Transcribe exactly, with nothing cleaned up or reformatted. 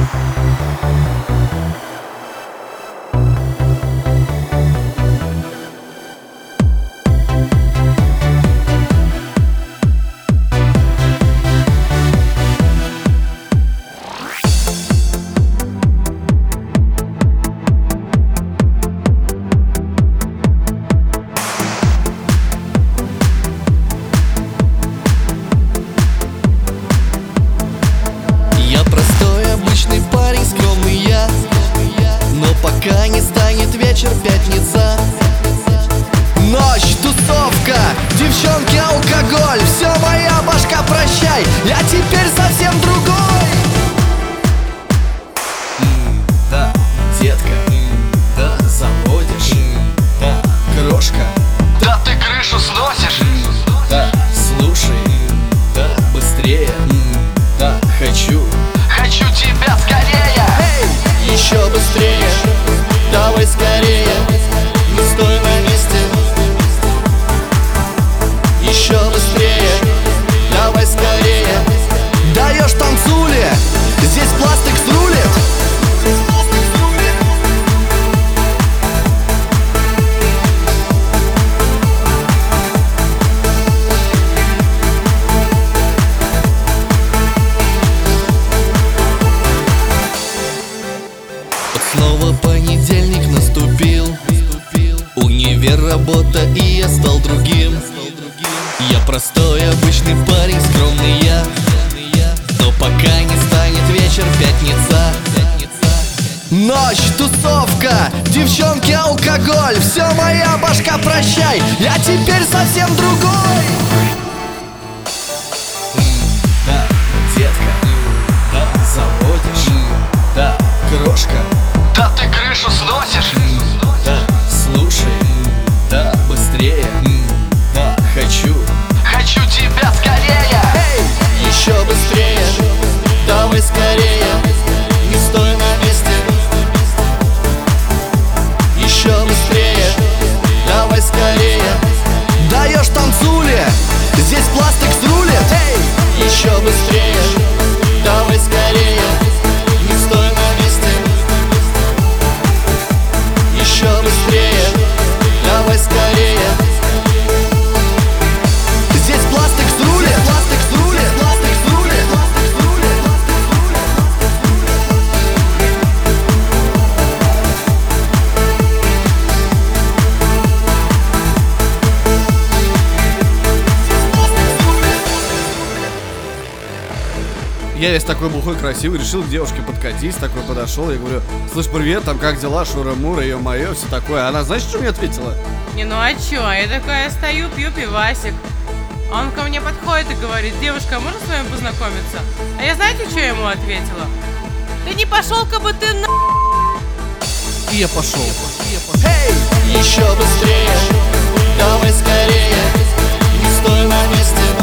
Пока не станет вечер, пятница. Ночь, тусовка, девчонки, алкоголь. Все, моя башка, прощай, я теперь совсем другой. м, Да, детка, м, да, заводишь, м, да, крошка, Да ты крышу сносишь. м, да, слушай, м, да, быстрее, м, да, хочу. Хочу тебя скорее. Эй! Еще быстрее, давай скорее, не стой на месте. Еще быстрее, давай скорее. Даешь танцуле, здесь пластик срулит. Снова понедельник наступил. Универ, работа, и я стал другим. Я простой, обычный парень, скромный я. Но пока не станет вечер, пятница. Ночь, тусовка, девчонки, алкоголь. Все, моя башка, прощай, я теперь совсем другой. м, Да, детка, м, да, заводишь, м, да, крошка, Да ты крышу сносишь. м, да, слушай, м, да, быстрее, м, да, хочу. Хочу тебя скорее. Эй! Еще быстрее, давай скорее, не стой на месте. Еще быстрее, давай скорее. Даешь танцуле, здесь пластик срулит. Эй! Еще быстрее, давай скорее, не стой на месте. Еще быстрее, давай скорее. Здесь пластик срулит. Пластик срулит. Пластик срулит. Пластик срулит. Я весь такой бухой, красивый, решил к девушке подкатить, такой подошел, я говорю: слышь, привет, там как дела, Шура-Мура, ее-мое, все такое. Она, знаешь, что мне ответила? Не, ну а чё? Я такая стою, пью пивасик. А он ко мне подходит и говорит: девушка, а можно с вами познакомиться? А я знаете, что ему ответила? Да не пошел-ка бы ты на... И я пошел. Еще быстрее, давай скорее, не стой на месте.